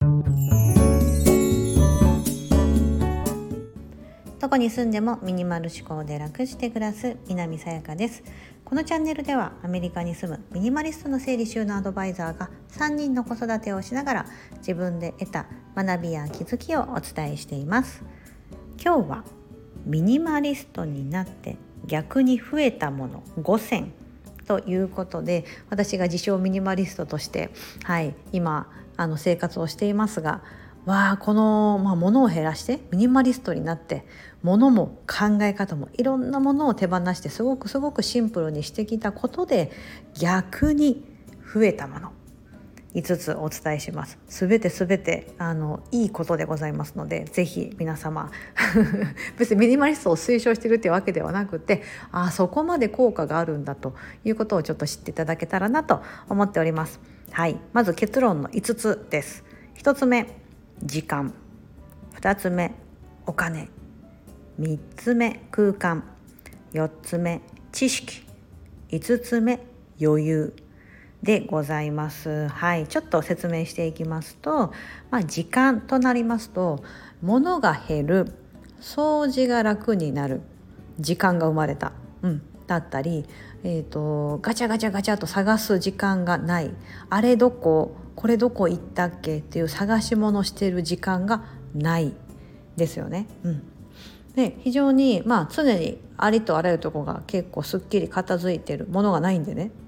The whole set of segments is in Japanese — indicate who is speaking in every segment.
Speaker 1: どこに住んでもミニマル思考で楽して暮らす南さやかです。このチャンネルではアメリカに住むミニマリストの整理収納アドバイザーが3人の子育てをしながら自分で得た学びや気づきをお伝えしています。今日はミニマリストになって逆に増えたもの5選ということで、私が自称ミニマリストとして、今生活をしていますが、この、物を減らしてミニマリストになって、物も考え方もいろんなものを手放してすごくシンプルにしてきたことで逆に増えたもの5つお伝えします。すべていいことでございますので、ぜひ皆様別にミニマリストを推奨しているというわけではなくて、そこまで効果があるんだということをちょっと知っていただけたらなと思っております。まず結論の5つです。1つ目、時間。2つ目、お金。3つ目、空間。4つ目、知識。5つ目、余裕でございます。ちょっと説明していきますと、時間となりますと、物が減る、掃除が楽になる、時間が生まれた、だったり、ガチャガチャと探す時間がない、あれどここれどこ行ったっけっていう探し物している時間がないですよね。で非常に常にありとあらゆるところが結構すっきり片付いているものがないんでね、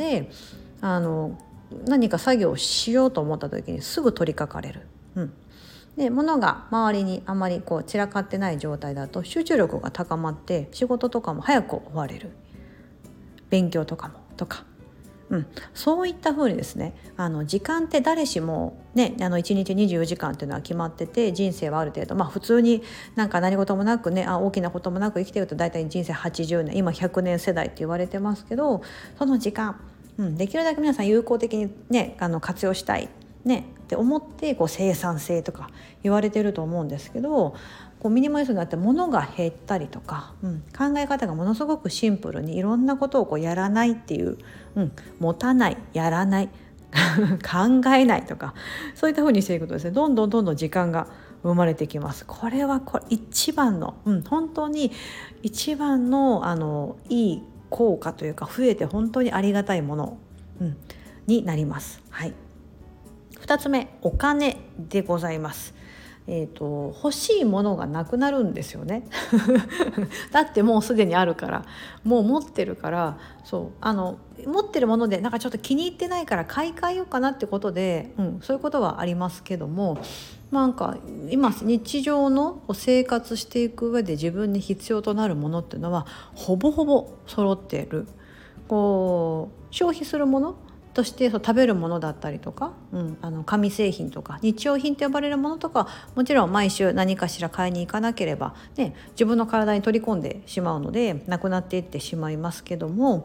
Speaker 1: 何か作業をしようと思った時にすぐ取り掛かれる。で物が周りにあまり散らかってない状態だと集中力が高まって仕事とかも早く終われる、勉強とかそういった風にですね、時間って誰しもね、1日24時間っていうのは決まってて、人生はある程度普通に何事もなくね、大きなこともなく生きてると大体人生80年、今100年世代って言われてますけど、その時間、できるだけ皆さん有効的にね活用したいって思って生産性とか言われてると思うんですけど、ミニマリストになって物が減ったりとか、考え方がものすごくシンプルにいろんなことをやらないっていう、持たない、やらない考えないとか、そういった風にしていくとですね、どんどん時間が生まれてきます。これは一番の、本当に一番のいい効果というか、増えて本当にありがたいもの、になります。2つ目、お金でございます。欲しいものがなくなるんですよねだってもうすでにあるから、もう持ってるから、持ってるものでちょっと気に入ってないから買い替えようかなってことで、そういうことはありますけども、今日常の生活していく上で自分に必要となるものっていうのはほぼほぼ揃っている。消費するものとして食べるものだったりとか、紙製品とか日用品と呼ばれるものとか、もちろん毎週何かしら買いに行かなければ、自分の体に取り込んでしまうのでなくなっていってしまいますけども、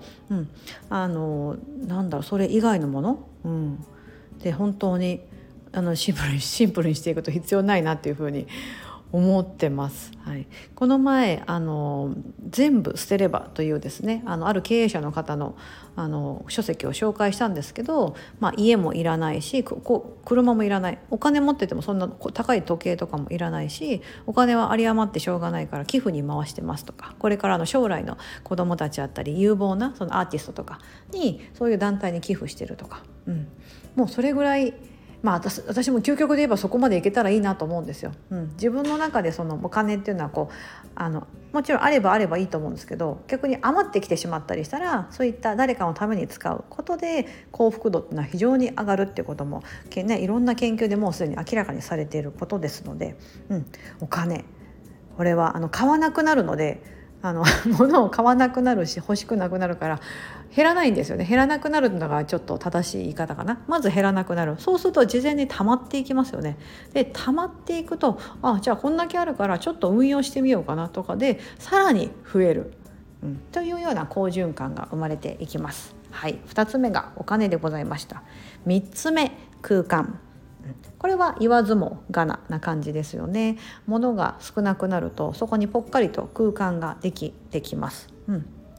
Speaker 1: それ以外のもの、で本当にシンプルにしていくと必要ないなっていうふうに思ってます。この前全部捨てればというですね、ある経営者の方の書籍を紹介したんですけど、家もいらないし、車もいらない、お金持っててもそんな高い時計とかもいらないし、お金は有り余ってしょうがないから寄付に回してますとか、これからの将来の子どもたちだったり有望なそのアーティストとかにそういう団体に寄付してるとか、もうそれぐらい私も究極で言えばそこまでいけたらいいなと思うんですよ。自分の中でそのお金っていうのはもちろんあればいいと思うんですけど、逆に余ってきてしまったりしたら、そういった誰かのために使うことで幸福度っていうのは非常に上がるっていうことも、いろんな研究でもうすでに明らかにされていることですので、お金、これは買わなくなるので、物を買わなくなるし欲しくなくなるから減らないんですよね。減らなくなるのがちょっと正しい言い方かな。まず減らなくなる。そうすると事前に溜まっていきますよね。で溜まっていくと、じゃあこんだけあるからちょっと運用してみようかなとかでさらに増える、というような好循環が生まれていきます。2つ目がお金でございました。3つ目、空間。これは言わずもがなな感じですよね。物が少なくなるとそこにぽっかりと空間ができてきます。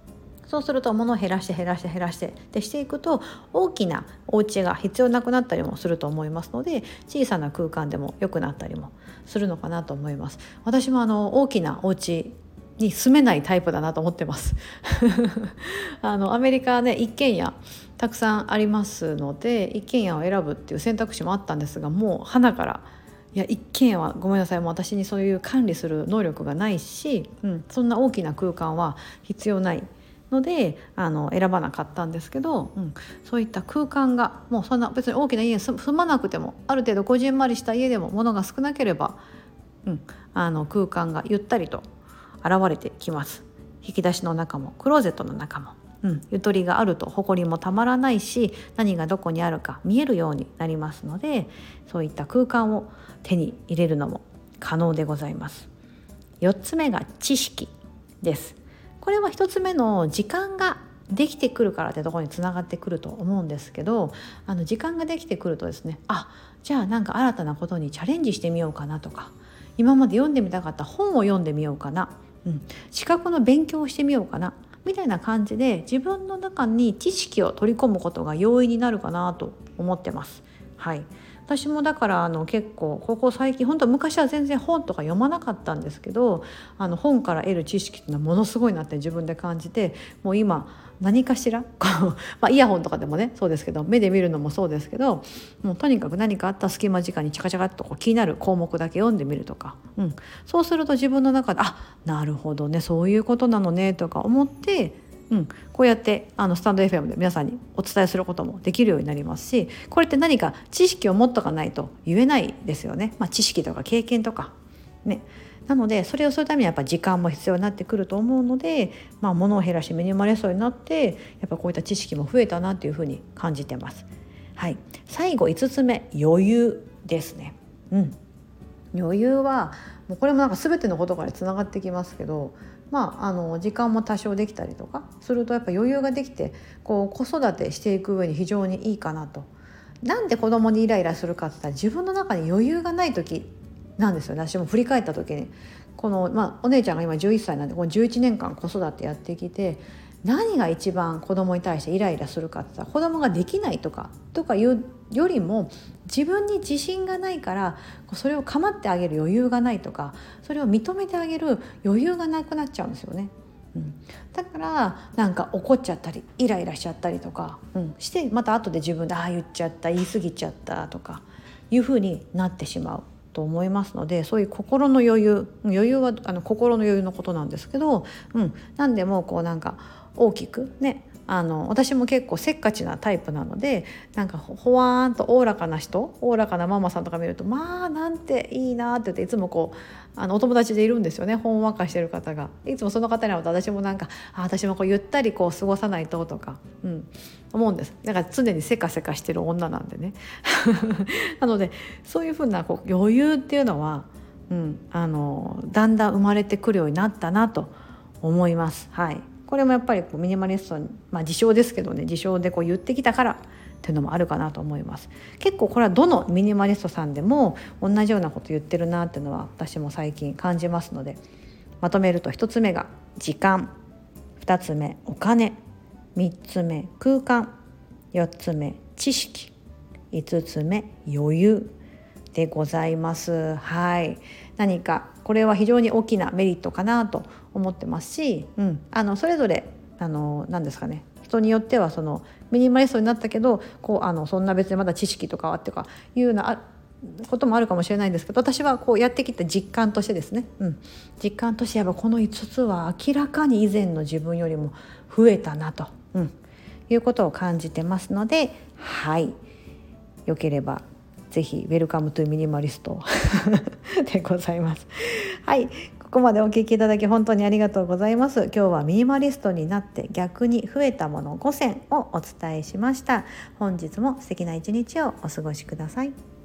Speaker 1: そうすると物を減らしてでしていくと大きなお家が必要なくなったりもすると思いますので、小さな空間でも良くなったりもするのかなと思います。私も大きなお家に住めないタイプだなと思ってますアメリカね、一軒家たくさんありますので、一軒家を選ぶっていう選択肢もあったんですが、もう花からいや一軒家はごめんなさい、もう私にそういう管理する能力がないし、そんな大きな空間は必要ないので選ばなかったんですけど、そういった空間がもうそんな別に大きな家に住まなくても、ある程度こじんまりした家でも物が少なければ、空間がゆったりと現れてきます。引き出しの中もクローゼットの中も、ゆとりがあると埃もたまらないし、何がどこにあるか見えるようになりますので、そういった空間を手に入れるのも可能でございます。4つ目が知識です。これは1つ目の時間ができてくるからってところにつながってくると思うんですけど、時間ができてくるとですね、じゃあなんか新たなことにチャレンジしてみようかなとか、今まで読んでみたかった本を読んでみようかな、資格の勉強をしてみようかなみたいな感じで、自分の中に知識を取り込むことが容易になるかなと思ってます。私もだから結構ここ最近、本当昔は全然本とか読まなかったんですけど、本から得る知識っていうのはものすごいなって自分で感じて、もう今何かしらイヤホンとかでもねそうですけど、目で見るのもそうですけど、もうとにかく何かあった隙間時間にチャカチャカっと気になる項目だけ読んでみるとか、そうすると自分の中でなるほどね、そういうことなのねとか思って、こうやってスタンド FM で皆さんにお伝えすることもできるようになりますし、これって何か知識を持っとかないと言えないですよね。知識とか経験とかね。なのでそれをするためにはやっぱ時間も必要になってくると思うので、物を減らしミニマリストになって、やっぱこういった知識も増えたなというふうに感じてます。最後5つ目、余裕ですね。余裕はもうこれもなんか全てのことからつながってきますけど、時間も多少できたりとかするとやっぱ余裕ができて、子育てしていく上に非常にいいかなと。なんで子供にイライラするかって言ったら、自分の中に余裕がない時なんですよね。私も振り返った時にお姉ちゃんが今11歳なんで、この11年間子育てやってきて、何が一番子供に対してイライラするかって言ったら、子供ができないとかいうよりも、自分に自信がないからそれを構ってあげる余裕がないとか、それを認めてあげる余裕がなくなっちゃうんですよね。だからなんか怒っちゃったりイライラしちゃったりとか、して、また後で自分で言っちゃった、言い過ぎちゃったとかいう風になってしまうと思いますので、そういう心の余裕は心の余裕のことなんですけど、何でもなんか大きくね、私も結構せっかちなタイプなので、なんかほわーんとおおらかなママさんとか見ると、なんていいなって言って、いつもお友達でいるんですよね、ほんわかしてる方が。いつもその方に会うと、私もなんか私もゆったり過ごさないととか、思うんです。だから常にせかせかしてる女なんでねなのでそういうふうな余裕っていうのは、だんだん生まれてくるようになったなと思います。これもやっぱりミニマリストに、自称ですけどね、自称で言ってきたからっていうのもあるかなと思います。結構これはどのミニマリストさんでも同じようなこと言ってるなっていうのは私も最近感じますので、まとめると1つ目が時間、2つ目お金、3つ目空間、4つ目知識、5つ目余裕でございます。何かこれは非常に大きなメリットかなと思ってますし、それぞれ何ですかね、人によってはミニマリストになったけどそんな別にまだ知識とかはってかいうようなこともあるかもしれないんですけど、私はやってきた実感としてですね、実感としてやっぱこの5つは明らかに以前の自分よりも増えたなと、いうことを感じてますので、よければぜひウェルカムトゥミニマリストでございます。ここまでお聞きいただき本当にありがとうございます。今日はミニマリストになって逆に増えたもの5選をお伝えしました。本日も素敵な一日をお過ごしください。